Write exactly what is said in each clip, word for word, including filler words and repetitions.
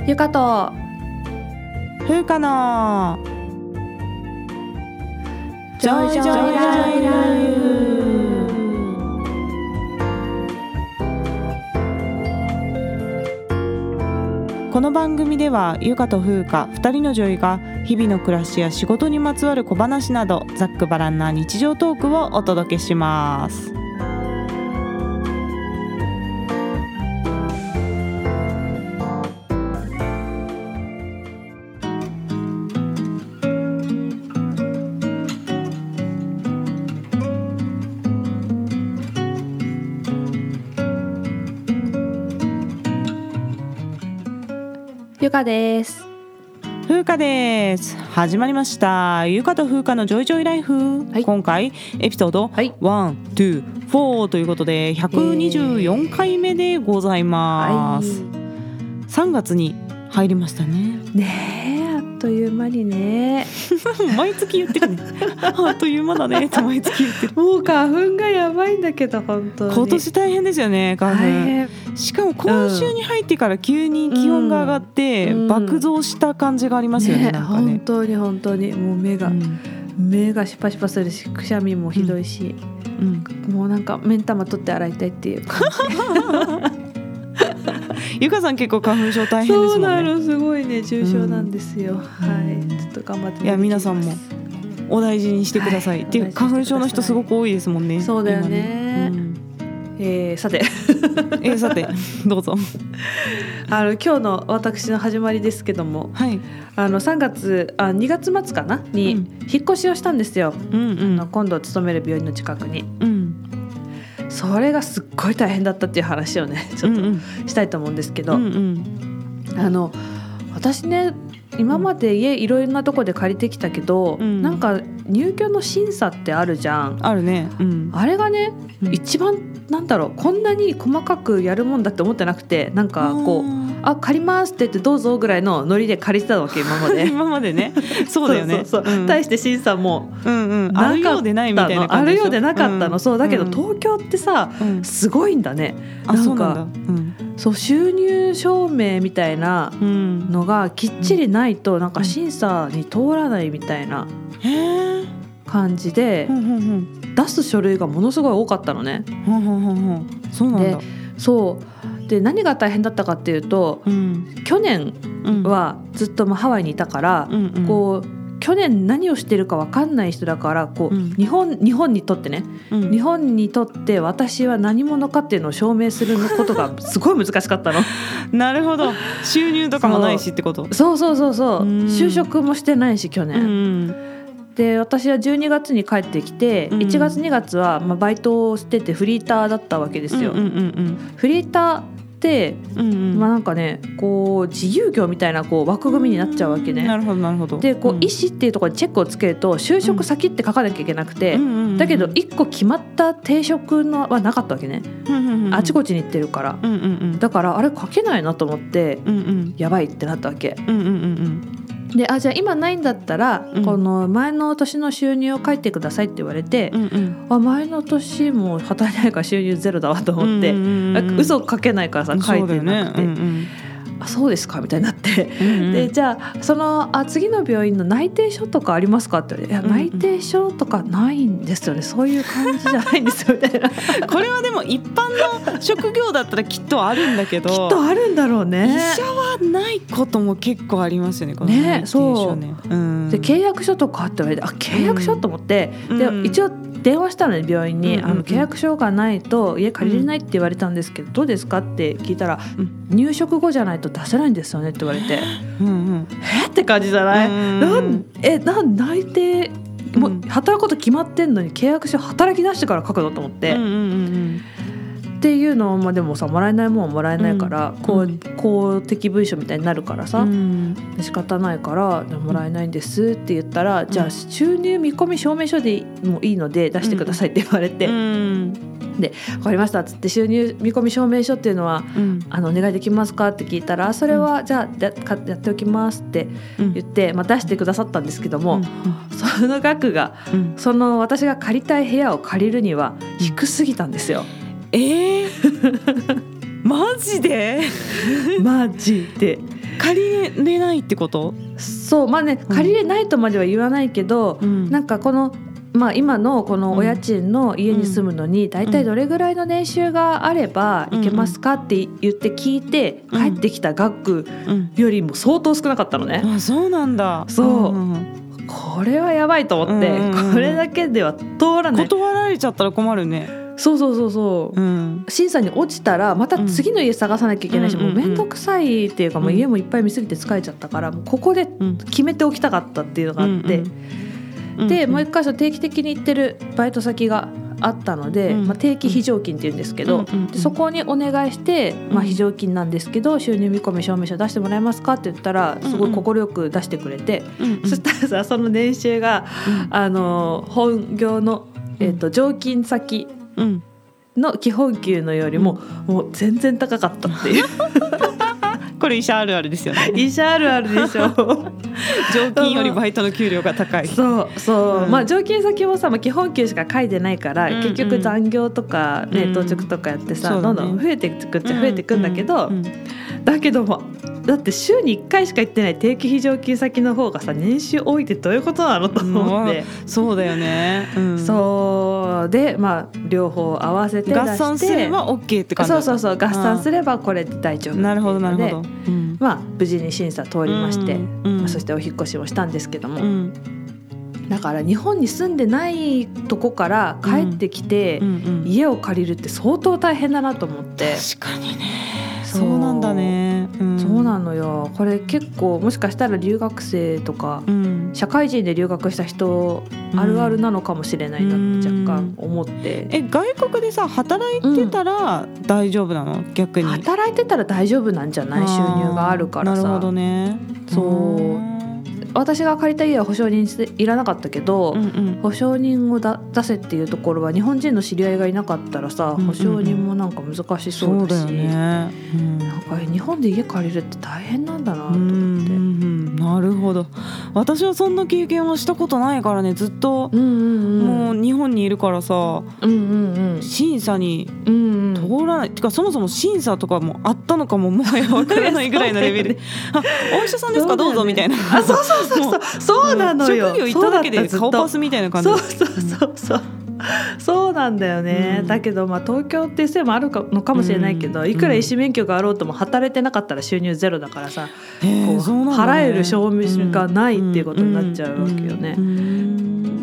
ゆかとふうかのジョイジョイライフ。 この番組ではゆかとふうかふたりの女医が日々の暮らしや仕事にまつわる小話などざっくばらんな日常トークをお届けします。 ゆかです。 ふうかです。始まりましたゆかとふうかのジョイジョイライフ、はい、今回エピソードはいワン、ツー、フォーということでひゃくにじゅうよんかいめでございます、はい、さんがつに入りましたね。 ねえ、あっという間にね毎月言ってるねあっという間だねって毎月言ってる。 もう花粉がやばいんだけど本当に今年大変ですよね花粉。しかも今週に入ってから急に気温が上がって爆増した感じがありますよね、うん、なんかね。 本当に本当にもう目が、うん、目がシパシパするしくしゃみもひどいし、うんうん、もうなんか目ん玉取って洗いたいっていう感じゆかさん結構花粉症大変ですもんね。 そうなの、すごいね重症なんですよ、うん、はいちょっと頑張って。 いや皆さんもお大事にしてください、はい、っていう花粉症の人すごく多いですもんね。 そうだよね、うん、えー、さてえー、さてどうぞあの今日の私の始まりですけども、はい、あのさんがつあにがつ末かなに引っ越しをしたんですよ、うんうん、あの今度勤める病院の近くに、うん、それがすっごい大変だったっていう話をねちょっとしたいと思うんですけど、うんうん、あの私ね今まで家いろいろなとこで借りてきたけど、うん、なんか入居の審査ってあるじゃん。 あるね、うん、 あれがね、うん、一番なんだろうこんなに細かくやるもんだって思ってなくて、なんかこうあ借りますって言ってどうぞぐらいのノリで借りてたわけ今まで今までねそうだよねそうそうそう、うん、対して審査も、うんうん、 あるようでないみたいな感じでしょ。 あるようでなかったの、うん、そうだけど東京ってさ、うん、すごいんだね。 あ、 なんかそうなんだ、うんそう収入証明みたいなのがきっちりないとなんか審査に通らないみたいな感じで出す書類がものすごい多かったのね。 そうなんだ。 で、そうで何が大変だったかっていうと、うん、去年はずっとまあハワイにいたから、うんうん、こう去年何をしてるか分かんない人だからこう、うん、日本、日本にとってね、うん、日本にとって私は何者かっていうのを証明することがすごい難しかったのなるほど。収入とかもないしってこと。 そうそうそうそう、うん、就職もしてないし去年、うん、で私はじゅうにがつに帰ってきて、うん、いちがつにがつはまあバイトをしててフリーターだったわけですよ、うんうんうんうん、フリーターで、うんうんまあ、なんかねこう自由業みたいなこう枠組みになっちゃうわけね。 なるほどなるほど。 でこう、うん、医師っていうところにチェックをつけると就職先って書かなきゃいけなくて、うんうんうんうん、だけどいっこ決まった定職のはなかったわけね、うんうんうん、あちこちに行ってるから、うんうんうん、だからあれ書けないなと思って、うんうん、やばいってなったわけ、うんうんうんうんであじゃあ今ないんだったら、うん、この前の年の収入を書いてくださいって言われて、うんうん、あ前の年も働いてないから収入ゼロだわと思って、うんうんうん、嘘書けないからさ書いてなくて、そうだよね、うんうんあそうですかみたいになって、うんうん、でじゃあそのあ次の病院の内定書とかありますかって言われて、いや、うんうん、内定書とかないんですよね、そういう感じじゃないんですよみたいなこれはでも一般の職業だったらきっとあるんだけどきっとあるんだろうね。 医者はないことも結構ありますよねこの内定書ね。 そう、うん、で契約書とかって言われてあ契約書と思って、うん、で一応電話したのね病院に、うんうんうん、あの契約書がないと家借りれないって言われたんですけど、うん、どうですかって聞いたら、うん、入職後じゃないと出せないんですよねって言われてうん、うん、えって感じじゃない、うん、なんえなん内定もう働くこと決まってんのに契約書働き出してから書くのと思って、うんうんうんうんっていうのを、まあ、でもさもらえないもんはもらえないから、うん、こう公的文書みたいになるからさ、うん、仕方ないからもらえないんですって言ったら、うん、じゃあ収入見込み証明書でもいいので出してくださいって言われて、うん、で分かりましたっつって収入見込み証明書っていうのは、うん、あのお願いできますかって聞いたらそれはじゃあやっておきますって言って、まあ、出してくださったんですけども、うん、その額が、うん、その私が借りたい部屋を借りるには低すぎたんですよ。 えー、マジでマジで借りれないってこと？ そうまあね、借りれないとまでは言わないけど、うん、なんかこのまあ、今のこのお家賃の家に住むのに大体どれぐらいの年収があればいけますかって言って聞いて帰ってきた額よりも相当少なかったのね。 あ、そうなんだ。 そう、うんうん、これはやばいと思って、うんうん、これだけでは通らない。 断られちゃったら困るね。 そうそうそうそう、うん、審査に落ちたらまた次の家探さなきゃいけないし、うん、もうめんどくさいっていうか、もう家もいっぱい見すぎて疲れちゃったから、もうここで決めておきたかったっていうのがあって、うんうんで、もう一箇所定期的に行ってるバイト先があったので、うんまあ、定期非常勤っていうんですけど、うん、でそこにお願いして、まあ、非常勤なんですけど収入見込み証明書出してもらえますかって言ったらすごい快く出してくれて、うんうん、そしたらさその年収が、うん、あの本業の、えーと、常勤先の基本給のよりも、うん、もう全然高かったっていうこれ医者あるあるですよね。 医者あるあるでしょ常勤よりバイトの給料が高い。 そうそう、うん、まあ常勤先もさ、まあ、基本給しか書いてないから、うんうん、結局残業とか、ね、当直とかやってさ、うん、どんどん増えていくっちゃ増えていくんだけど、うんうんうん、だけどもだって週にいっかいしか行ってない定期非常勤先の方がさ年収多いってどういうことなのと思って、 うん、そうだよね、うん、 そうでまあ両方合わせて出して合算すれば OK って感じだった。 そうそうそう合算すればこれで大丈夫っていうので、 なるほどなるほど、うん、 まあ無事に審査通りまして、うんうんまあ、そしてお引っ越しもしたんですけども、うん、だから日本に住んでないとこから帰ってきて、うんうんうん、家を借りるって相当大変だなと思って。 確かにね。そうなんだね、 うん、そうなのよ。これ結構もしかしたら留学生とか、うん、社会人で留学した人あるあるなのかもしれないなって若干思って、うん、 え外国でさ働いてたら大丈夫なの、うん、逆に働いてたら大丈夫なんじゃない？収入があるからさ。 なるほどね。 そう私が借りた家は保証人いらなかったけど、うんうん、保証人をだ出せっていうところは日本人の知り合いがいなかったらさ、うんうん、保証人もなんか難しそうだし、そうだよね、うん、なんか日本で家借りるって大変なんだなと思って、うんうん、 なるほど。私はそんな経験はしたことないからね。ずっと、うんうんうん、もう日本にいるからさ、うんうんうん、審査に通らない、うんうん、てかそもそも審査とかもあったのかももはや分からないぐらいのレベルであお医者さんですか、どうぞみたいな。 あそうそうそうそうそうなのよ。 職業行っただけで顔パスみたいな感じ。 そうそうそうそう、うん、そうなんだよね、うん、だけどまあ東京っていうせいもあるのかもしれないけど、うん、いくら医師免許があろうとも働いてなかったら収入ゼロだからさ、こう払える証明がないっていうことになっちゃうわけよね、うんうんうん、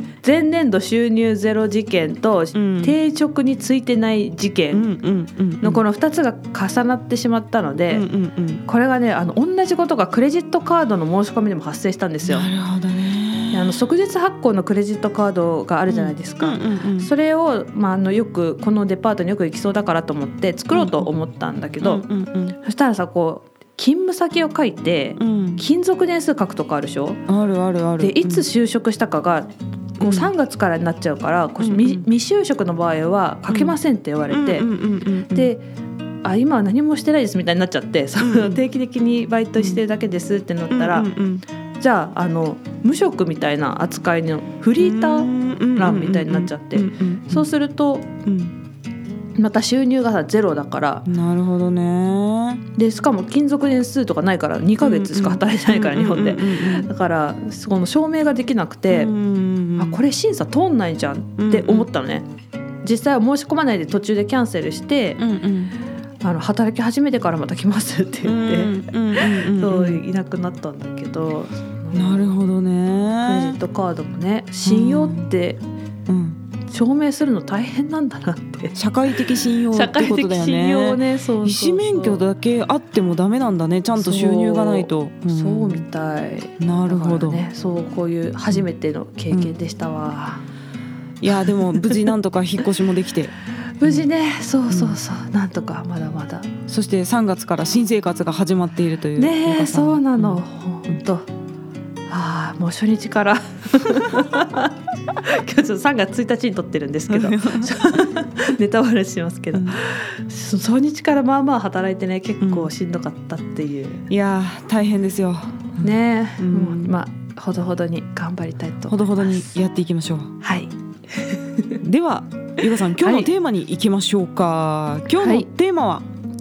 前年度収入ゼロ事件と定職についてない事件のこのふたつが重なってしまったので、うんうんうん、これがねあの同じことがクレジットカードの申し込みでも発生したんですよ。 なるほどね。 あの即日発行のクレジットカードがあるじゃないですか、うんうんうんうん、それを、まあ、あのよくこのデパートによく行きそうだからと思って作ろうと思ったんだけど、うんうんうん、そしたらさこう勤務先を書いて、うん、勤続年数書くとかあるでしょ。あるあるある。 でいつ就職したかがこうさんがつからになっちゃうから、うん、こう未、未就職の場合は書けませんって言われて、であ今は何もしてないですみたいになっちゃって、その定期的にバイトしてるだけですってなったら、うんうんうん、じゃあ、あの無職みたいな扱いのフリーター欄みたいになっちゃって、そうすると、うん、また収入がさゼロだから。 なるほどね。 でしかも勤続年数とかないからにかげつしか働いてないから、日本でだからその証明ができなくて、あこれ審査通んないじゃんって思ったのね。実際は申し込まないで途中でキャンセルして、うんうんあの働き始めてからまた来ますって言って、そういなくなったんだけど。 なるほどね。 クレジットカードもね信用って証明するの大変なんだなって、うん、 社会的信用ってことだよね。 信用ね。そうそうそう。 医師免許だけあってもダメなんだね。ちゃんと収入がないと。 そう、うん、そうみたい。 なるほど、 ね、そうこういう初めての経験でしたわ、 うん、いやでも無事なんとか引っ越しもできて無事ね、そうそうそう、うん、なんとかまだまだ。 そしてさんがつから新生活が始まっているというね。えそうなの、うん、ほんとあもう初日から今日ちょっとさんがつついたちに撮ってるんですけどネタバレしますけど、うん、初日からまあまあ働いてね結構しんどかったっていう、 うん、いや大変ですよね、うん、もうまあほどほどに頑張りたいと思います。 ほどほどにやっていきましょう。 はいではゆかさん今日のテーマに行きましょうか、はい、今日のテーマは、 今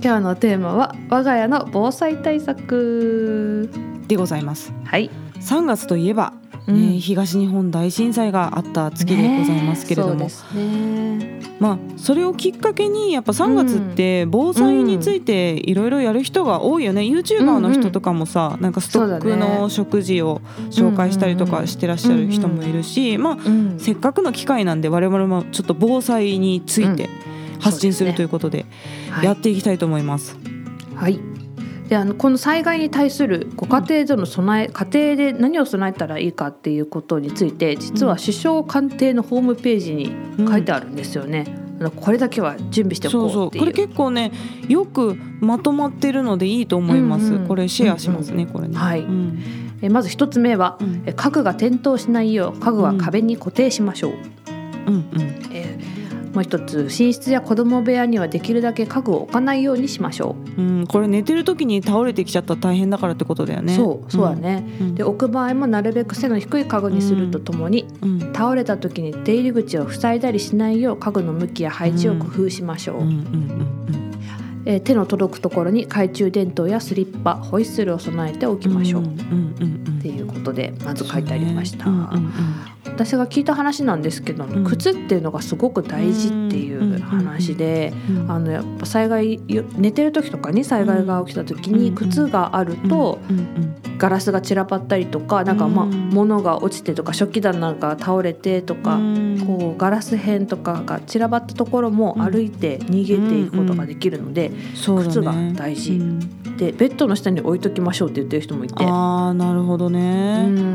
今日のテーマは我が家の防災対策でございます。 はい、 さんがつといえば、ね、うん、東日本大震災があった月でございますけれども、ね、そうですね、まあ、それをきっかけにやっぱさんがつって防災についていろいろやる人が多いよね。 YouTuber の人とかもさ、なんかストックの食事を紹介したりとかしてらっしゃる人もいるし、まあ、せっかくの機会なんで我々もちょっと防災について発信するということでやっていきたいと思います。 はい、はい、であのこの災害に対するご家庭での備え、家庭で何を備えたらいいかっていうことについて、実は首相官邸のホームページに書いてあるんですよね、うん、これだけは準備しておこうっていう。そうそう、 これ結構ねよくまとまってるのでいいと思います、うんうん、これシェアしますね、うんうん、これね、 はい、うん、えまず一つ目は、うん、家具が転倒しないよう家具は壁に固定しましょう、うんうん、えーもう一つ、寝室や子供部屋にはできるだけ家具を置かないようにしましょう、うん、これ寝てる時に倒れてきちゃったら大変だからってことだよね。 そうそうだね、うん、で置く場合もなるべく背の低い家具にするとともに、うん、倒れた時に出入り口を塞いだりしないよう家具の向きや配置を工夫しましょう、うんうんうんうん、えー、手の届くところに懐中電灯やスリッパ、ホイッスルを備えておきましょう、うんうんうんうん、っていうことでまず書いてありました、ね、うんうんうん、私が聞いた話なんですけど、うん、靴っていうのがすごく大事っていう話で、うんうんうん、あのやっぱ災害寝てる時とかに災害が起きた時に靴があるとガラスが散らばったりとか、なんかまあ物が落ちてとか食器棚が倒れてとか、こうガラス片とかが散らばったところも歩いて逃げていくことができるので、靴が大事で、ベッドの下に置いときましょうって言ってる人もいて、 あーなるほどね、うん、うん、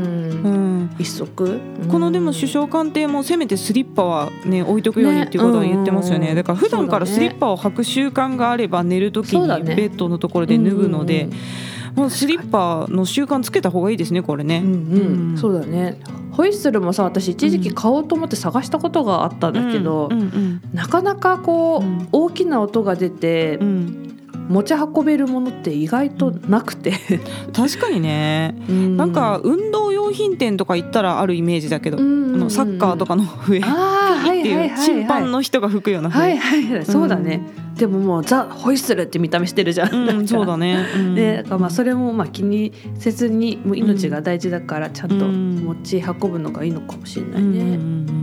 一足、 このでも首相官邸もせめてスリッパは、ね、置いとくようにっていうことは言ってますよね、ね、だから普段からスリッパを履く習慣があれば寝るときにベッドのところで脱ぐので、もうスリッパの習慣つけた方がいいですね、これね、うんうんうん、そうだね。 ホイッスルもさ、私一時期買おうと思って探したことがあったんだけど、うんうんうん、なかなかこう、うん、大きな音が出て、うん、持ち運べるものって意外となくて、 うん、確かにね、うん、なんか運動用品店とか行ったらあるイメージだけど、うんうんうん、あのサッカーとかの上っていう審判の人が吹くような笛、はいはいはい、そうだね、うん、でももうザ・ホイッスルって見た目してるじゃん、 うん、そうだね、うん、 でまあそれもまあ気にせずに、もう命が大事だからちゃんと持ち運ぶのがいいのかもしれないね、うんうんうん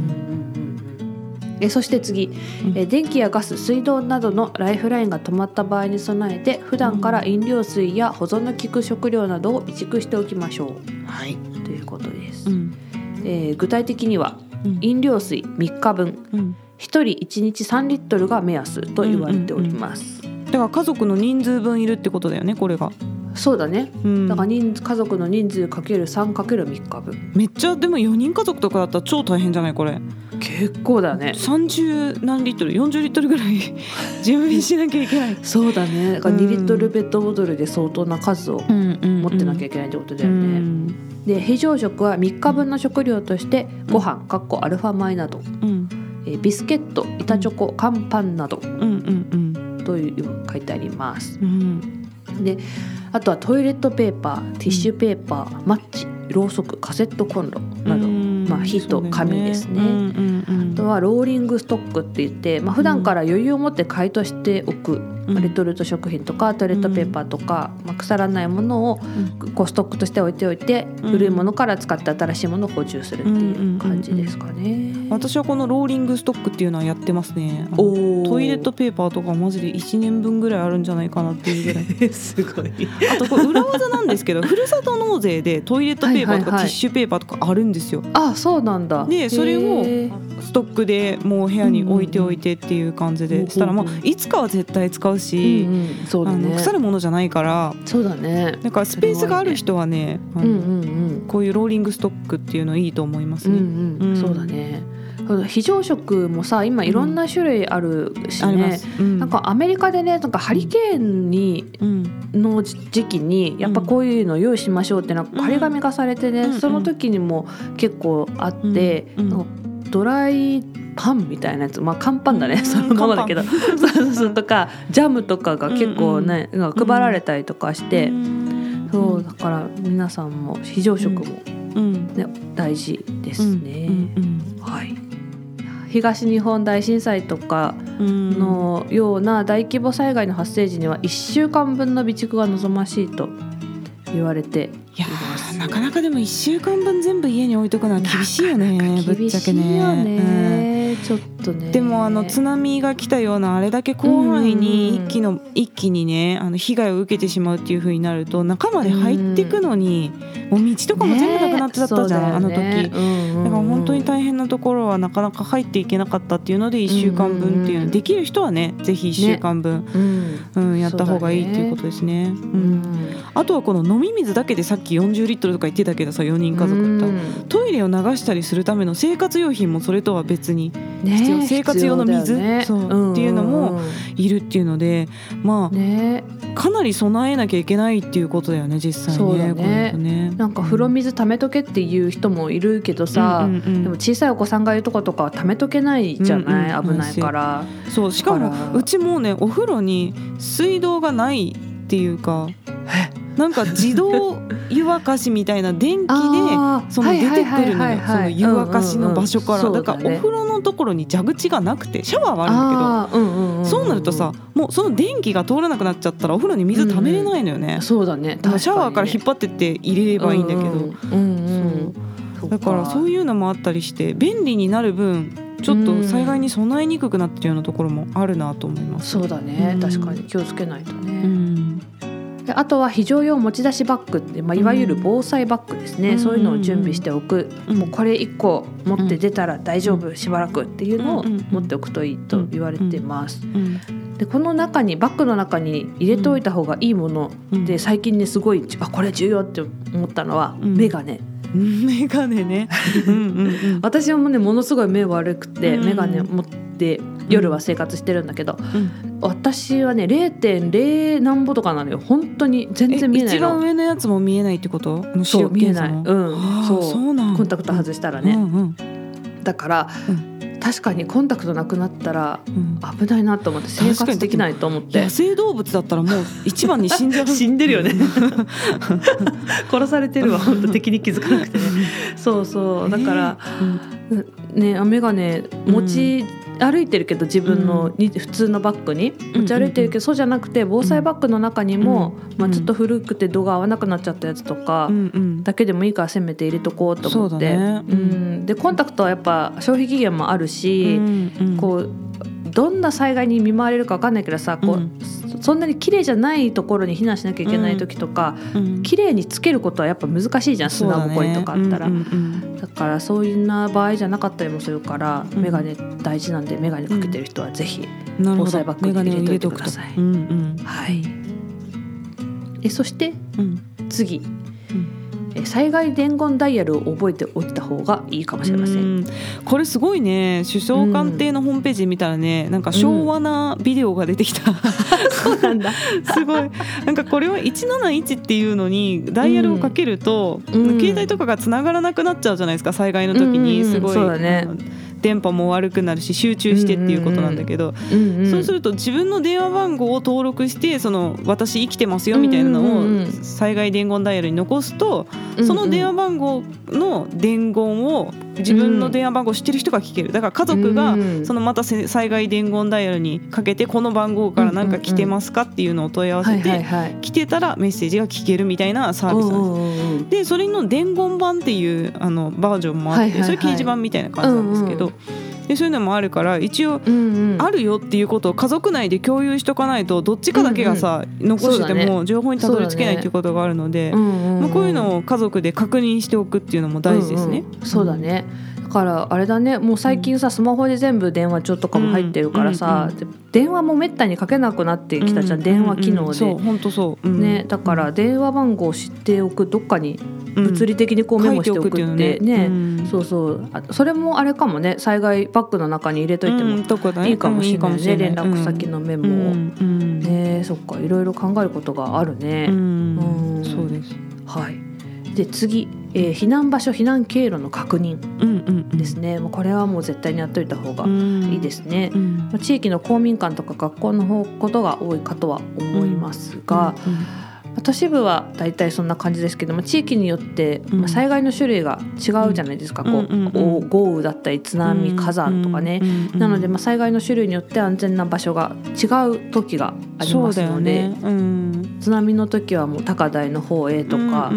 、えそして次、え電気やガス、水道などのライフラインが止まった場合に備えて、普段から飲料水や保存の効く食料などを備蓄しておきましょう、はい、ということです、うん、えー、具体的には、うん、飲料水みっかぶん、うん、ひとりいちにちさんリットルが目安と言われております、 うんうんうん、だから家族の人数分いるってことだよね、これが。 そうだね、うん、だから人家族の人数 かけるさんかけるみっかぶん、 めっちゃでもよにん家族とかだったら超大変じゃないこれ。 結構だね。 さんじゅう何リットルよんじゅうリットルぐらい準備しなきゃいけないそうだね、だからにリットルペットボトルで相当な数を持ってなきゃいけないってことだよね、うんうんうん、で非常食はみっかぶんの食料としてご飯かっこアルファ米など、うん、えビスケット、板チョコ、乾パンなど、うんうんうん、という書いてあります、うん、であとはトイレットペーパー、ティッシュペーパー、マッチ、ろうそく、カセットコンロなど、まあ、火と紙ですね、うんうんうん、あとはローリングストックって言って、まあ、普段から余裕を持って買い足しておく、うんまあ、レトルト食品とかトイレットペーパーとか、まあ、腐らないものをこうストックとして置いておいて、うん、古いものから使って新しいものを補充するっていう感じですかね、うんうんうんうん、 私はこのローリングストックっていうのはやってますね。トイレットペーパーとかマジでいちねんぶんぐらいあるんじゃないかなっていうぐらいすごい。 あとこれ裏技なんですけどふるさと納税でトイレットペーパーとかティッシュペーパーとかあるんですよ、はいはいはい、あ、そうなんだ。 でそれをストックでもう部屋に置いておいてっていう感じで、うん、したら、まあ、いつかは絶対使うし、うんうん、そうだね、あの腐るものじゃないから、 そうだね、 だからスペースがある人はね、うんうんうん、こういうローリングストックっていうのいいと思いますね、うんうんうん、そうだね。非常食もさ今いろんな種類あるしね、うん、なんかアメリカでね、なんかハリケーンに、うん、の時期にやっぱこういうのを用意しましょうってなんか張り紙がされてね、うん、その時にも結構あって、うんうん、ドライパンみたいなやつ、まあ乾パンだね、そのままだけどそうそうとかジャムとかが結構ね、うんうん、配られたりとかして、うん、そうだから皆さんも非常食も、ね、うん、大事ですね、うんうんうん、はい。 東日本大震災とかのような大規模災害の発生時にはいっしゅうかんぶんの備蓄が望ましいと言われています。 いやなかなかでもいっしゅうかんぶん全部家に置いとくのは厳しいよね。ぶっちゃけね。 厳しいよね、うん、ちょっとね。 でもあの津波が来たようなあれだけ広範囲に一気の一気にねあの被害を受けてしまうっていう風になると中まで入ってくのに、うん、もう道とかも全部なくなってちゃったじゃん、ね、あの時、うんうん、だから本当に大変なところはなかなか入っていけなかったっていうのでいっしゅうかんぶんっていうの、できる人はねぜひいっしゅうかんぶん、ねうんうん、やった方がいいっていうことですね、うん、あとはこの飲み水だけでさっきよんじゅうリットルとか言ってたけどさよにん家族だったら、うん、トイレを流したりするための生活用品もそれとは別に必要、ね、生活用の水、ね、そう、うん、っていうのもいるっていうのでまあ、ね、かなり備えなきゃいけないっていうことだよね実際ね。 そうだね、ねなんか風呂水溜めとけっていう人もいるけどさ、うんうんうん、でも小さいお子さんがいるとことかは溜めとけないじゃない、うんうん、危ないからそうしかもうちもねお風呂に水道がないっていうかなんか自動湯沸かしみたいな電気でその出てくるのよその湯沸かしの場所から、うんうんうん、だからお風呂のところに蛇口がなくてシャワーはあるんだけど、うんうんうん、そうなるとさもうその電気が通らなくなっちゃったらお風呂に水溜めれないのよね、うんうん、 そうだねだからシャワーから引っ張ってって入れればいいんだけど、うんうんうんうん、だからそういうのもあったりして便利になる分ちょっと災害に備えにくくなってるようなところもあるなと思います、 うん、そうだね、うん、確かに気をつけないとね、 うんであとは非常用持ち出しバッグって、まあ、いわゆる防災バッグですね、うん、そういうのを準備しておく、うん、もうこれいっこ持って出たら大丈夫、うん、しばらくっていうのを持っておくといいと言われています、うん、でこの中にバッグの中に入れておいた方がいいもので、最近ねすごいあこれ重要って思ったのは、うん、メガネメガネねうんうん、うん、 私もねものすごい目悪くて、うん、メガネ持って夜は生活してるんだけど、うん、私はね れいてんれい 何歩とかなのよ本当に全然見えないの。 一番上のやつも見えないってこと？ そう見えない、うん、そうそうなんコンタクト外したらね、うんうん、だから、 うん確かにコンタクトなくなったら危ないなと思って生活できないと思って、 野生動物だったらもう一番に死んじゃう死んでるよね殺されてるわ本当敵に気づかなくてねそうそうだから、えーうん、ねメガネ持ち歩いてるけど自分のに普通のバッグに持ち歩いてるけど、そうじゃなくて防災バッグの中にも、まあ、ちょっと古くて度が合わなくなっちゃったやつとかだけでもいいからせめて入れとこうと思って、 ねうん、 でコンタクトはやっぱ消費期限もあるし、うんうん、こうどんな災害に見舞われるか分かんないけどさこう、うん、そんなに綺麗じゃないところに避難しなきゃいけない時とか、うん、綺麗につけることはやっぱ難しいじゃん砂ぼこりとかあったら だ,、ねうんうんうん、だからそういうな場合じゃなかったりもするから、うん、メガネ大事なんでメガネかけてる人はぜひ防災バッグに入れておいてください、うんうんはい、えそして、うん、次、うん災害伝言ダイヤルを覚えておいた方がいいかもしれません。 うんこれすごいね首相官邸のホームページ見たらね、うん、なんか昭和なビデオが出てきた、うん、 そうなんだすごいなんかこれはいちなないちっていうのにダイヤルをかけると、うん、携帯とかがつながらなくなっちゃうじゃないですか災害の時にすごい、うんうんうん、そうだね電波も悪くなるし集中してっていうことなんだけど、うんうんうん、そうすると自分の電話番号を登録してその私生きてますよみたいなのを災害伝言ダイヤルに残すと、うんうん、その電話番号の伝言を自分の電話番号を知ってる人が聞ける。だから家族がそのまた災害伝言ダイヤルにかけてこの番号から何か来てますかっていうのを問い合わせて来てたらメッセージが聞けるみたいなサービスなんです。でそれの伝言版っていうあのバージョンもあってそれ掲示板みたいな感じなんですけどでそういうのもあるから一応あるよっていうことを家族内で共有しとかないとどっちかだけがさ、うんうん、残してても情報にたどり着けないっていうことがあるので、まあ、こういうのを家族で確認しておくっていうのも大事ですね、 うんうん、そうだねだからあれだねもう最近さスマホで全部電話帳とかも入ってるからさ、うんうんうん、電話もめったにかけなくなってきたじゃん、うん、電話機能で、うんうん、 そう本当そう、うんね、だから電話番号を知っておくどっかに物理的にこうメモしておくって、うん、ね, ね、うん、そうそうそれもあれかもね災害バッグの中に入れといてもいいかもしれないね、うん、連絡先のメモを、うんうん、ねそっかいろいろ考えることがあるね、 うんうん、そうですはいで次、えー、避難場所避難経路の確認ですね、うんうんうん、これはもう絶対にやっといた方がいいですね、うんうんまあ、地域の公民館とか学校のことが多いかとは思いますが、うんうんうん都市部はだいたいそんな感じですけども、地域によって、まあ、災害の種類が違うじゃないですか、うん、こう、うんうんうん、豪雨だったり津波、火山とかね、うんうんうん、なので、まあ、災害の種類によって安全な場所が違う時がありますので、ね、うん、津波の時はもう高台の方へとか、うんうんうんうん、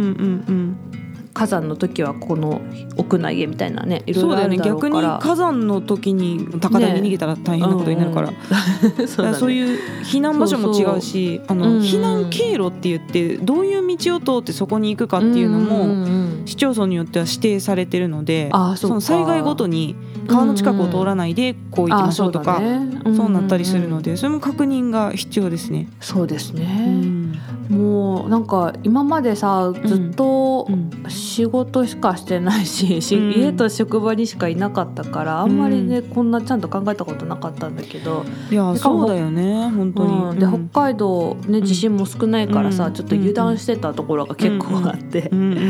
火山の時はこの屋内へみたいなね、いろいろあるだろうから。 そうだよね、逆に火山の時に高台に逃げたら大変なことになるから、ね、うんうん、そうだね、そういう避難場所も違うし、そうそう、あの、うんうん、避難経路って言ってどういう道を通ってそこに行くかっていうのも、うんうんうん、市町村によっては指定されてるので、あ、そその災害ごとに川の近くを通らないでこう行きましょうとか、うんうん、そう、ね、そうなったりするので、それも確認が必要ですね。 そうですね、うん、もうなんか今までさずっと仕事しかしてないし、うん、家と職場にしかいなかったからあんまりね、うん、こんなちゃんと考えたことなかったんだけど、 いやそうだよね本当に、 うん、で、うん、北海道、ね、地震も少ないからさ、うん、ちょっと油断してたところが結構あって、うんうんうん、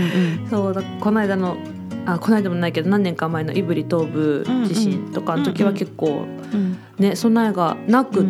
そうだ、この間のあこの間もないけど何年か前の胆振東部地震とかの時は結構、ね、備えがなくって、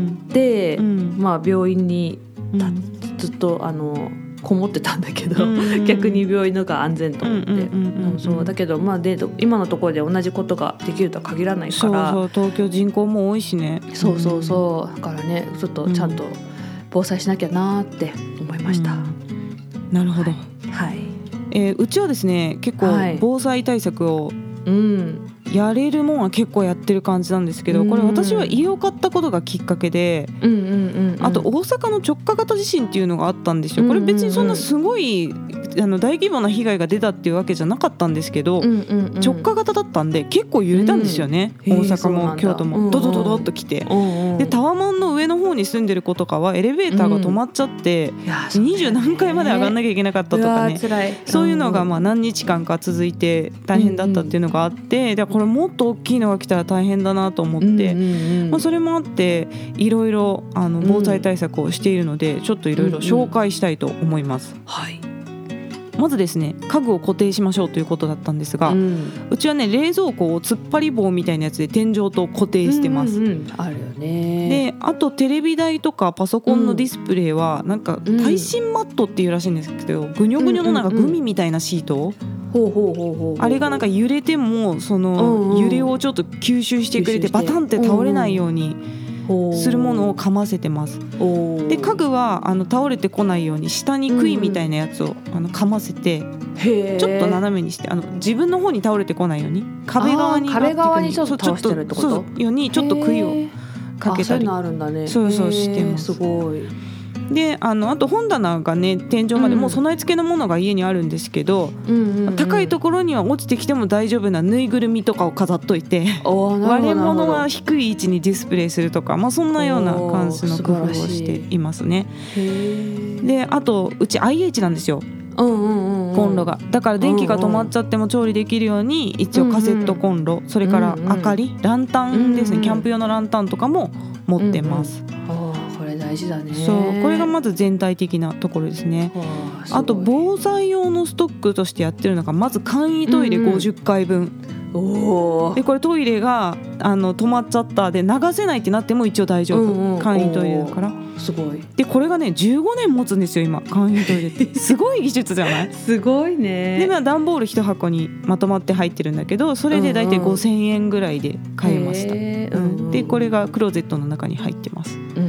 うんうん、まあ、病院にたずっとあのこもってたんだけど、うんうん、逆に病院のが安全と思って、うんうんうんうん、そうだけど、まあ、で今のところで同じことができるとは限らないから、 そうそう、東京人口も多いしね、 そうそうそう、だからねちょっとちゃんと防災しなきゃなって思いました、うん、 なるほど、 はい、はい、 えー、うちはですね結構防災対策を、はい、うん、やれるもんは結構やってる感じなんですけど、これ私は家を買ったことがきっかけで、うんうんうんうん、あと大阪の直下型地震っていうのがあったんですよ。これ別にそんなすごいあの大規模な被害が出たっていうわけじゃなかったんですけど、うんうんうん、直下型だったんで結構揺れたんですよね、うん、大阪も京都もドドドドッと来て、うんうん、でタワマンの上の方に住んでる子とかはエレベーターが止まっちゃって、うん、にじゅう何階まで上がんなきゃいけなかったとかね、そういうのがまあ何日間か続いて大変だったっていうのがあって、うんうん、でこれもっと大きいのが来たら大変だなと思って、うんうんうん、まあ、それもあっていろいろあの防災対策をしているので、うん、ちょっといろいろ紹介したいと思います、うんうん、はい。まずですね、家具を固定しましょうということだったんですが、うん、うちはね冷蔵庫を突っ張り棒みたいなやつで天井と固定してます、うんうんうん、あるよね。であとテレビ台とかパソコンのディスプレイはなんか耐震マットっていうらしいんですけど、ぐにょぐにょのなんかグミみたいなシート、あれがなんか揺れてもその揺れをちょっと吸収してくれてバタンって倒れないようにするものをかませてます。で家具はあの倒れてこないように下に杭みたいなやつをあのかませて、へちょっと斜めにしてあの自分の方に倒れてこないように壁側に壁側にちょっと倒してるってこと？ そうようにちょっと杭をかけたり、そういうのあるんだね。そうそうしてます。すごい。で あのあと本棚がね天井までもう備え付けのものが家にあるんですけど、うんうんうん、高いところには落ちてきても大丈夫なぬいぐるみとかを飾っといて割れ物は低い位置にディスプレイするとか、まあ、そんなような感じの工夫をしていますね。であとうち アイエイチ なんですよ、うんうんうん、コンロがだから電気が止まっちゃっても調理できるように一応カセットコンロ、うんうん、それから明かり、ランタンですね、うんうん、キャンプ用のランタンとかも持ってます、うんうん、 大事だね。 そうこれがまず全体的なところですね。あと防災用のストックとしてやってるのがまず簡易トイレごじゅっかいぶん、うんうん、おでこれトイレがあの止まっちゃったで流せないってなっても一応大丈夫、うんうん、簡易トイレだからすごい。 でこれがねじゅうごねん持つんですよ今簡易トイレってすごい技術じゃないすごいね。 で、まあ、段ボール一箱にまとまって入ってるんだけどそれでだいたいごせんえんぐらいで買えました、うんうん、でこれがクローゼットの中に入ってます、うんうん。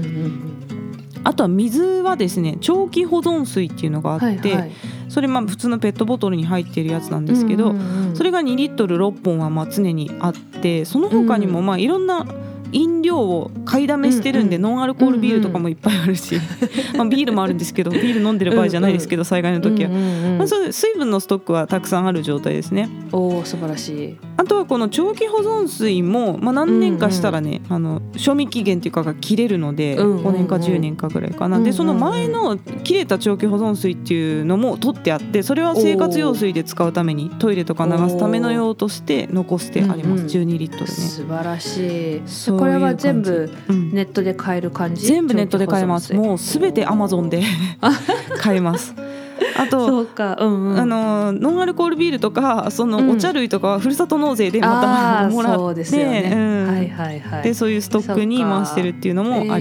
あとは水はですね長期保存水っていうのがあって、はいはい、それまあ普通のペットボトルに入っているやつなんですけど、うんうんうん、それがにリットルろっぽんはまあ常にあってその他にもまあいろんな飲料を買いだめしてるんで、うんうん、ノンアルコールビールとかもいっぱいあるし、うんうんまあ、ビールもあるんですけどビール飲んでる場合じゃないですけど、うんうん、災害の時は、うんうんうんまあ、そう水分のストックはたくさんある状態ですね。 おー素晴らしい。 あとはこの長期保存水も、まあ、何年かしたらね、うんうん、あの賞味期限っていうかが切れるので、うんうんうん、ごねんかじゅうねんかぐらいかな、うんうんうん、でその前の切れた長期保存水っていうのも取ってあってそれは生活用水で使うためにトイレとか流すための用として残してあります、うんうん、じゅうにリットルね。素晴らしい。そういうこれは全部ネットで買える感じ、 うん、全部ネットで買えます。もうすべて Amazon で買えますあとそうか、うんうん、 あのノンアルコールビールとかそのお茶類とかはふるさと納税でまたもらって、 そうですよね、うんはいはいはい、 でそういうストックに回してるっていうのもあります。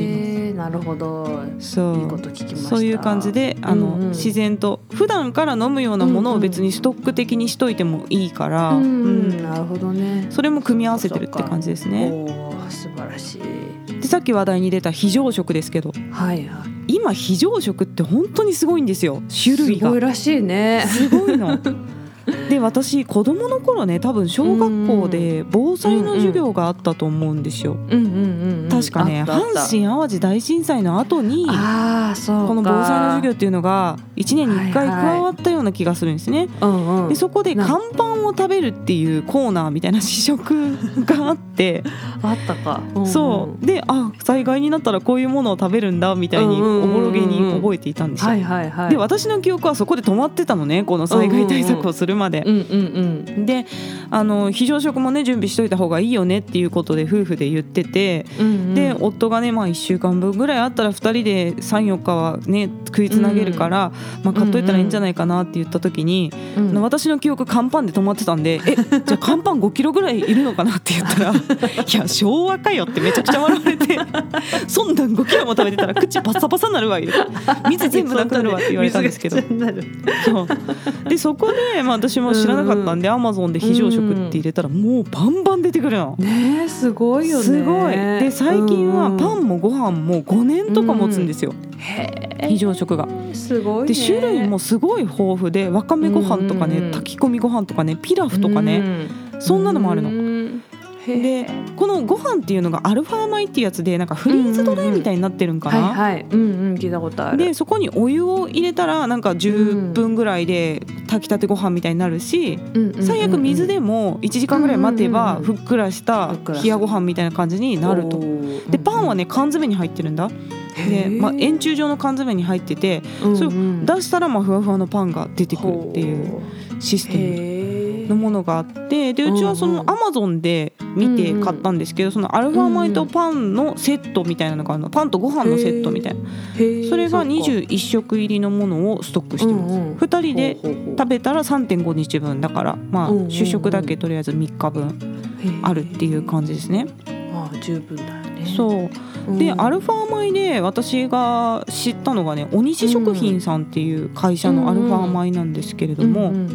ー、なるほど。 そういいこと聞きました。 そういう感じであの、うんうん、自然と普段から飲むようなものを別にストック的にしといてもいいから、 うんうんうん、 なるほどね。 それも組み合わせてるって感じですね。 お素晴らしい。 でさっき話題に出た非常食ですけど、 はいはい、 今非常食って本当にすごいんですよ。種類がすごいらしいね。 すごいので私子供の頃ね多分小学校で防災の授業があったと思うんですよ、うんうんうんうん、確かね阪神淡路大震災の後にあそうかこの防災の授業っていうのがいちねんにいっかい加わったような気がするんですね、はいはい、でそこで乾パンを食べるっていうコーナーみたいな試食があってあったか、うんうん、 そうであ災害になったらこういうものを食べるんだみたいにおぼろげに覚えていたんですよ、はいはいはい、で私の記憶はそこで止まってたのねこの災害対策をするまで、うんうんうん、であの非常食もね準備しといた方がいいよねっていうことで夫婦で言ってて、うんうん、で夫がね、まあ、いっしゅうかんぶんぐらいあったらふたりでさん、よっかはね食いつなげるから、うんまあ、買っといたらいいんじゃないかなって言った時に、うんうん、私の記憶乾パンで止まってたんでえじゃあ乾パンごキロぐらいいるのかなって言ったらいや昭和かよってめちゃくちゃ笑われてそんなんごキロも食べてたら口パサパサなるわ水全部なくなるわって言われたんですけどそうでそこで、まあ、私も知らなかったんでアマゾンで非常食って入れたらもうバンバン出てくるのね。すごいよね。 すごいで最近はパンもご飯もごねんとか持つんですよ、へ非常食がすごい、ね、 で種類もすごい豊富でわかめご飯とかね、うんうん、炊き込みご飯とかねピラフとかね、うん、そんなのもあるの、うんでこのご飯っていうのがアルファ米っていうやつでなんかフリーズドライみたいになってるんかな、うんうんはいはいうんうん、聞いたことある。でそこにお湯を入れたらなんかじゅっぷんぐらいで炊きたてご飯みたいになるし、うんうん、最悪水でもいちじかんぐらい待てばふっくらした冷やご飯みたいな感じになると。でパンはね缶詰に入ってるんだで、まあ、円柱状の缶詰に入ってて、うんうん、それを出したらまあふわふわのパンが出てくるっていうシステムのものがあってでうちはそのアマゾンで見て買ったんですけど、そのアルファ米とパンのセットみたいなのがあるの、パンとご飯のセットみたいな、それがにじゅういっしょく入りのものをストックしてます、うんうん、ふたりで食べたら さんてんごにちぶんだから、まあ、主食だけとりあえずみっかぶんあるっていう感じですね。 ああ十分だよね。 そうで、うん、アルファ米で私が知ったのがねお西食品さんっていう会社のアルファ米なんですけれども、うんうんうん、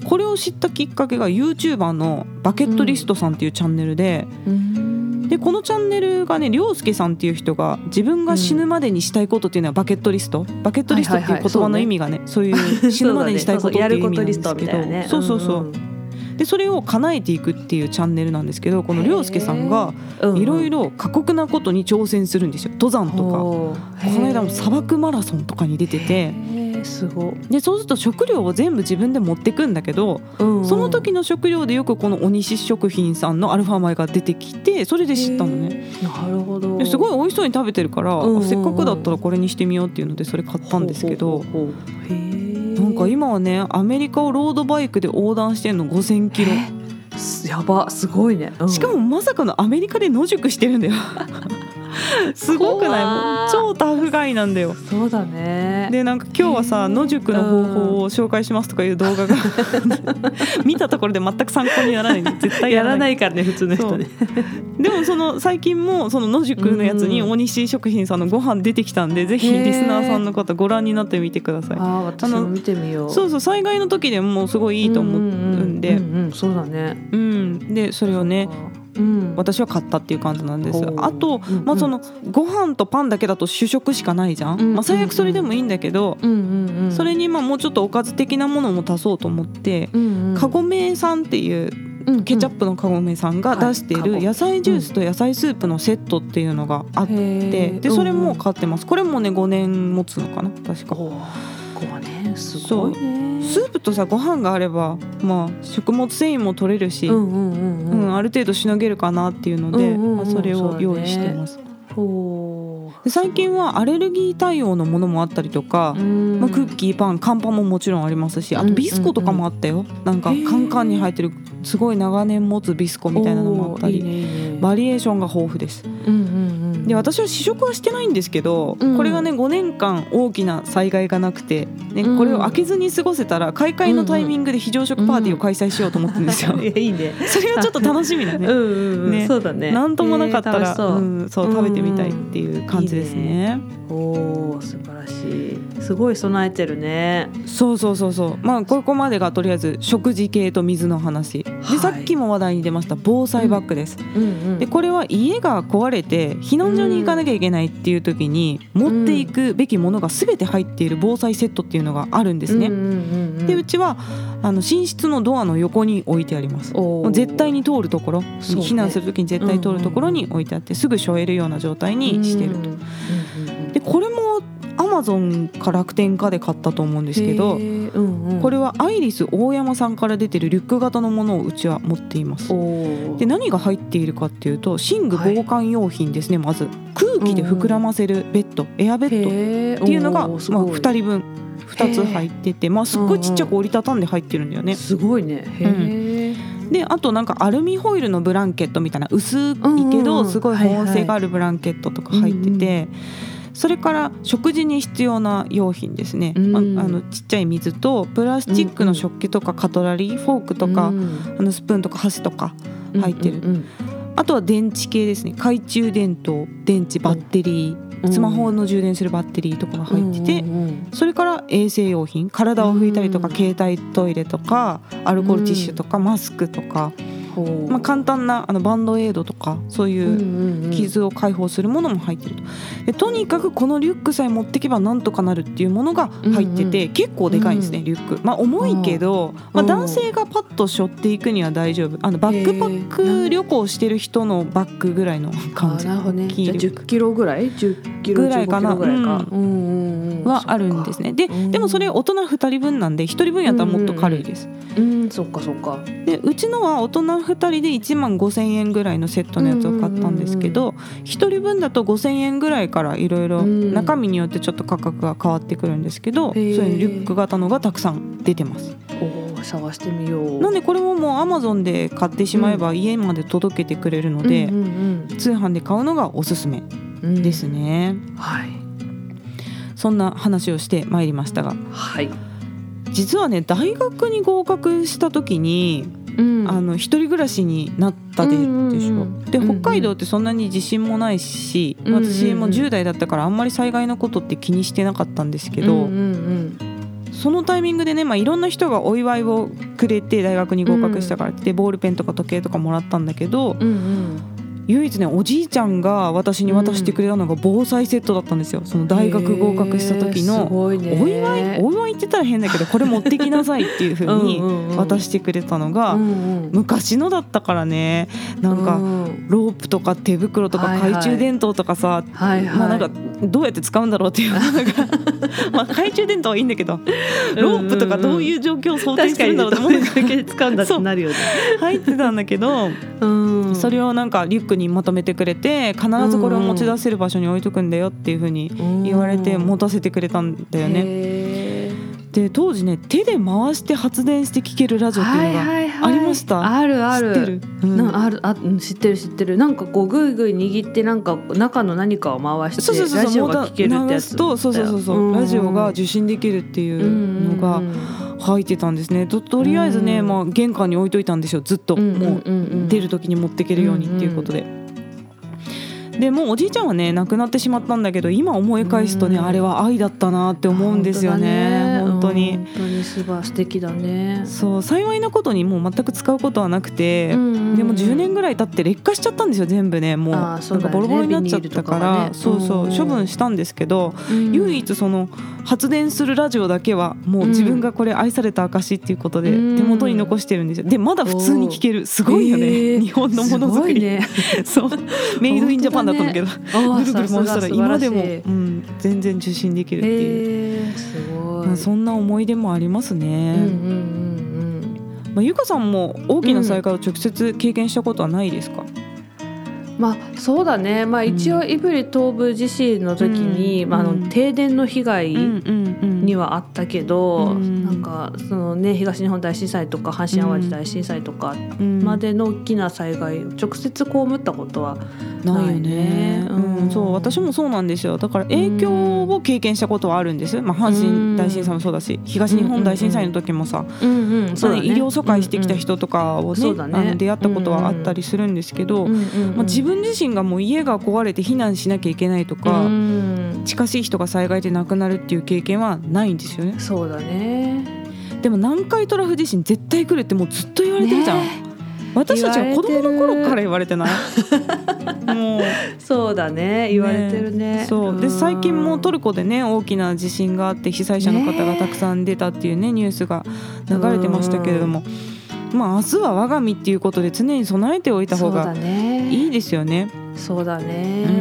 これを知ったきっかけが YouTuber のバケットリストさんっていうチャンネルで、うん、でこのチャンネルがねりょうすけさんっていう人が自分が死ぬまでにしたいことっていうのはバケットリストバケットリストっていう言葉の意味がね、そういう死ぬまでにしたいことっていう意味なんですけどそうそうそう、でそれを叶えていくっていうチャンネルなんですけど、このりょうすけさんがいろいろ過酷なことに挑戦するんですよ。登山とかこの間も砂漠マラソンとかに出てて、 すごいでそうすると食料を全部自分で持ってくんだけど、うんうん、その時の食料でよくこのお西食品さんのアルファ米が出てきて、それで知ったのね。 なるほど。 ですごい美味しそうに食べてるから、うんうん、せっかくだったらこれにしてみようっていうのでそれ買ったんですけど、ほうほうほうへー、なんか今はねアメリカをロードバイクで横断してんのごせんキロ、 やばすごいね、 うん、しかもまさかのアメリカで野宿してるんだよすごくない？もう超タフガイなんだよ。 そうだね。 でなんか今日はさ野宿の方法を紹介しますとかいう動画が見たところで全く参考にならない、ね、絶対やらないからね普通の人ねでもその最近もその野宿のやつに大西食品さんのご飯出てきたんで、ぜひリスナーさんの方ご覧になってみてください。 あ私も見てみよう。 そうそう災害の時でもすごいいいと思うんで、うんうんうんうん、そうだね、 うん、でそれをねうん、私は買ったっていう感じなんです。あと、まあ、そのご飯とパンだけだと主食しかないじゃん、うんうん、まあ、最悪それでもいいんだけど、うんうんうん、それにまあもうちょっとおかず的なものも足そうと思って、うんうん、カゴメさんっていうケチャップのカゴメさんが出している野菜ジュースと野菜スープのセットっていうのがあって、でそれも買ってます。これもねごねん持つのかな確か。ごねんすごいね。 スープとさご飯があれば、まあ、食物繊維も取れるし、うんうんうんうんうん、ある程度しのげるかなっていうので、うんうんうんまあ、それを用意してます。ほうで最近はアレルギー対応のものもあったりとか、まあ、クッキーパン乾パンももちろんありますし、あとビスコとかもあったよ、うんうんうん、なんかカンカンに入ってるすごい長年持つビスコみたいなのもあったり、いいねいいね、バリエーションが豊富です、うんうんうん、 で私は試食はしてないんですけど、うん、これがねごねんかん大きな災害がなくて、ね、うん、これを開けずに過ごせたら開会のタイミングで非常食パーティーを開催しようと思ってるんですよ、うんうん、いやいいね、それがちょっと楽しみだねうんうん、ね、そうだね、なんともなかったら、えーそううん、そう食べてみたいっていう感じですね、いいね、 おー素晴らしい、すごい備えてるね。 そうそうそうそう、まあここまでがとりあえず食事系と水の話で、はい、さっきも話題に出ました防災バッグです、うんうんうん、でこれは家が壊れて避難所に行かなきゃいけないっていう時に持っていくべきものが全て入っている防災セットっていうのがあるんですね、うんうんうんうん、でうちはあの寝室のドアの横に置いてあります。もう絶対に通るところ、ね、避難する時に絶対通るところに置いてあって、すぐ背負えるような状態にしてると、うんうんうん、でこれもアマゾンか楽天かで買ったと思うんですけど、うんうん、これはアイリス大山さんから出てるリュック型のものをうちは持っています。で何が入っているかっていうと寝具防寒用品ですね、はい、まず空気で膨らませるベッド、うん、エアベッドっていうのが、まあ、ふたりぶんふたつ入ってて、まあ、すっごいちっちゃく折りたたんで入ってるんだよね、うんうん、 すごいね、へー、うん、であとなんかアルミホイルのブランケットみたいな薄いけどすごい保温性があるブランケットとか入ってて、はいはい、それから食事に必要な用品ですね、うん、あのちっちゃい水とプラスチックの食器とかカトラリー、フォークとか、うん、あのスプーンとか箸とか入ってる、うんうんうん、あとは電池系ですね、懐中電灯、電池、バッテリー、スマホの充電するバッテリーとかが入ってて、うんうんうん、それから衛生用品、体を拭いたりとか、うん、携帯トイレとかアルコールティッシュとか、うん、マスクとか、まあ、簡単なあのバンドエイドとかそういう傷を解放するものも入ってると。でとにかくこのリュックさえ持ってけばなんとかなるっていうものが入ってて、うんうん、結構でかいんですね、リュック、まあ、重いけど、まあ、男性がパッと背負っていくには大丈夫、あのバックパック旅行してる人のバッグぐらいの感じ、 あ、なるほどね、じゃあじゅっキロぐらいじゅっキロぐらいかな、 ぐらいか、 うんうんうん、はあるんですね。で、でもそれ大人ふたりぶんなんでひとりぶんやったらもっと軽いです、 うんうんうん、そっかそっか。 でうちのは大人ふたりでいちまんごせんえんぐらいのセットのやつを買ったんですけど、ひとりぶんだとごせんえんぐらいからいろいろ中身によってちょっと価格が変わってくるんですけど、そういうリュック型のがたくさん出てます。 お探してみよう。 なんでこれももう Amazon で買ってしまえば家まで届けてくれるので、うんうんうん、通販で買うのがおすすめですね、うん、はい、そんな話をしてまいりましたが、はい、実はね大学に合格した時に、うん、あの一人暮らしになったで、うんうん、でしょ。で北海道ってそんなに地震もないし、うんうん、私もじゅう代だったからあんまり災害のことって気にしてなかったんですけど、うんうんうん、そのタイミングでね、まあ、いろんな人がお祝いをくれて大学に合格したからって、うん、ボールペンとか時計とかもらったんだけど、うんうん、唯一ねおじいちゃんが私に渡してくれたのが防災セットだったんですよ。その大学合格した時のお祝い、お祝いって言ったら変だけどこれ持ってきなさいっていう風に渡してくれたのが昔のだったからね、なんかロープとか手袋とか懐中電灯とかさ、はいはい、まあなんかどうやって使うんだろうっていうのがまあ懐中電灯はいいんだけどロープとかどういう状況を想定するんだろうって思うだけで使うんだってなるよね入ってたんだけど、うん、それをなんかリュックにまとめてくれて必ずこれを持ち出せる場所に置いとくんだよっていう風に言われて持たせてくれたんだよね。で当時ね手で回して発電して聴けるラジオっていうのがありました、 はいはいはい、あるある知ってる、うん、 なあるあ知ってる知ってる。なんかこうグイグイ握ってなんか中の何かを回してそうそうそうラジオが聴けるってやつとそうそうそうそう、うん、ラジオが受信できるっていうのが入ってたんですね。 と, とりあえずね、まあ、玄関に置いといたんですよずっと、うんうんうんうん、もう出る時に持っていけるようにっていうことで、うんうんでもうおじいちゃんはね亡くなってしまったんだけど今思い返すとね、うん、あれは愛だったなって思うんですよね。本当に本当にすば素敵だね。 そう幸いなことにもう全く使うことはなくて、うんうんうん、でもじゅうねんぐらい経って劣化しちゃったんですよ全部ね。もうなんかボロボロになっちゃったから、ね、そうそう処分したんですけど、うん、唯一その発電するラジオだけはもう自分がこれ愛された証っていうことで手元に残してるんですよ。でまだ普通に聴ける。すごいよね、えー、日本のものづくり、ね、そうメイドインジャパンだったんだけど、ぐるぐる回したら今でも、うん、全然受信できるっていう、えー、すごい。そんな思い出もありますね、うんうんうんうん。まあ、ゆかさんも大きな災害を直接経験したことはないですか？ まあそうだね、まあ、一応胆振東部地震の時に、うんまあ、あの停電の被害にはあったけど、うん、なんかその、ね、東日本大震災とか阪神淡路大震災とかまでの大きな災害を直接被ったことはないよね。 うんうん、そう私もそうなんですよ。だから影響を経験したことはあるんです、まあ、阪神大震災もそうだし、東日本大震災の時もさ、うんうんうんそうだね、医療疎開してきた人とかを、ねうんうん、あの出会ったことはあったりするんですけど、うんうんまあ、自分自身がもう家が壊れて避難しなきゃいけないとか、うん、近しい人が災害で亡くなるっていう経験はないんですよね。 そうだね。 でも南海トラフ地震絶対来るってもうずっと言われてるじゃん、ね、私たちは子供の頃から言われてないもうそうだね言われてるね。 そうで最近もトルコでね大きな地震があって被災者の方がたくさん出たっていうねニュースが流れてましたけれども、まあ、明日は我が身っていうことで常に備えておいた方がいいですよね。 そうだね、うん、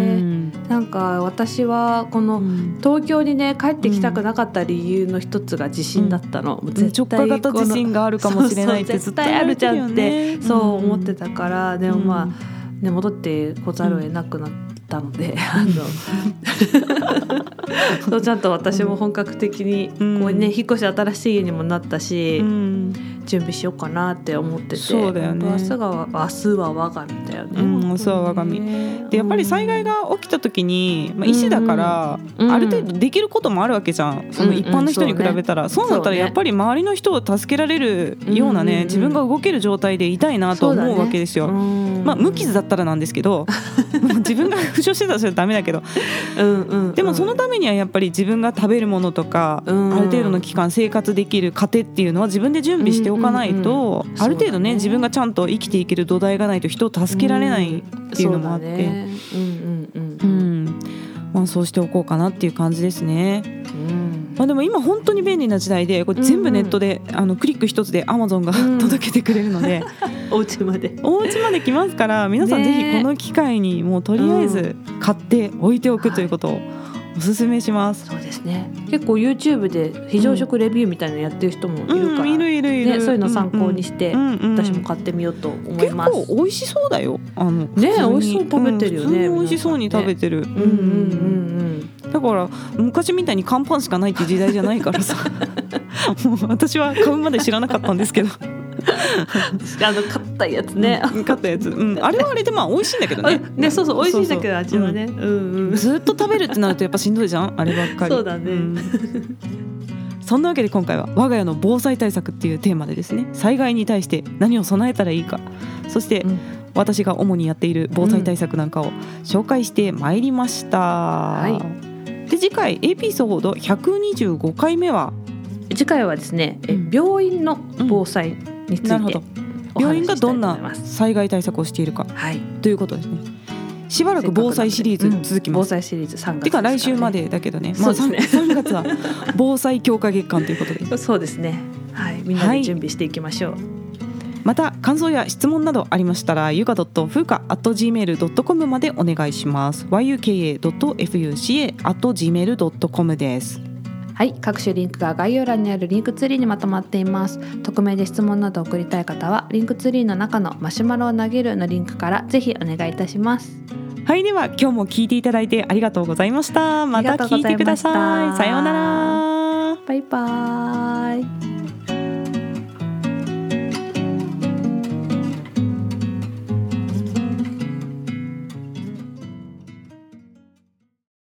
なんか私はこの東京にね帰ってきたくなかった理由の一つが地震だったの、 うん、絶対直下型地震があるかもしれないってずっと言われてるよね。 そうそう絶対あるじゃんってそう思ってたから、うん、でもまあ、ね、戻ってこざるを得なくなったので、うん、あのそうちゃんと私も本格的にこう、ね、引っ越し新しい家にもなったし、うん、準備しようかなって思ってて。 そうだよね。 明日が明日は我が身だよね、 うん、明日は我が身でやっぱり災害が起きた時に、まあ、医師だから、うん、ある程度できることもあるわけじゃん、その一般の人に比べたら、うんうん そうね、そうだったらやっぱり周りの人を助けられるようなね、うんうん、自分が動ける状態でいたいなと思うわけですよ、ねまあ、無傷だったらなんですけど自分が負傷してたらそれはダメだけどうんうん、うん、でもそのためにはやっぱり自分が食べるものとか、うん、ある程度の期間生活できる糧っていうのは自分で準備しておかないと、うんうんうん、ある程度ね自分がちゃんと生きていける土台がないと人を助けられないっていうのもあって、うんうんうんうんまあ、そうしておこうかなっていう感じですね、うんまあ、でも今本当に便利な時代でこれ全部ネットで、うんうん、あのクリック一つで Amazon が、うん、届けてくれるのでお家までお家まで来ますから皆さんぜひこの機会にもうとりあえず買って置いておくということをおすすめします。 そうですね。結構 YouTube で非常食レビューみたいなのやってる人もいるから、うんうん、 いるいるいる、 ね、そういうの参考にして、うんうん、私も買ってみようと思います。 結構美味しそうだよ。あのね美味しそうに食べてるよね。 うん、普通に美味しそうに食べてる。ね、うんうんうんうん。だから昔みたいに乾パンしかないっていう時代じゃないからさ。もう私は買うまで知らなかったんですけど。 あの買ったやつね、 うん、買ったやつ、うん、あれはあれでまあ美味しいんだけどねねそうそう美味しいんだけど味はね、うんうんうん、 ずっと食べるってなるとやっぱしんどいじゃんあればっかり。 そうだね、うん、 そんなわけで今回は我が家の防災対策っていうテーマでですね災害に対して何を備えたらいいかそして、うん、私が主にやっている防災対策なんかを紹介してまいりました、はい、で次回エピソードひゃくにじゅうごかいめは次回はですね、うん、病院の防災について、うん、なるほど病院がどんな災害対策をしているか、はい、ということですね。しばらく防災シリーズ続きます、うん、 防災シリーズさんがつてか来週までだけどね、まあ、そうですねさんがつは防災強化月間ということでそうですね、はい、みんなで準備していきましょう、はい、 また感想や質問などありましたらゆか .fuka アット ジーメール ドットコム までお願いします。 ワイユーケーエー ドット エフユーシーエー アット ジーメール ドットコム です。 はい、各種リンクが概要欄にあるリンクツリーにまとまっています。匿名で質問など送りたい方はリンクツリーの中のマシュマロを投げるのリンクからぜひお願いいたします。 はい、では今日も聞いていただいてありがとうございました。また聞いてください。さようなら。 バイバイ。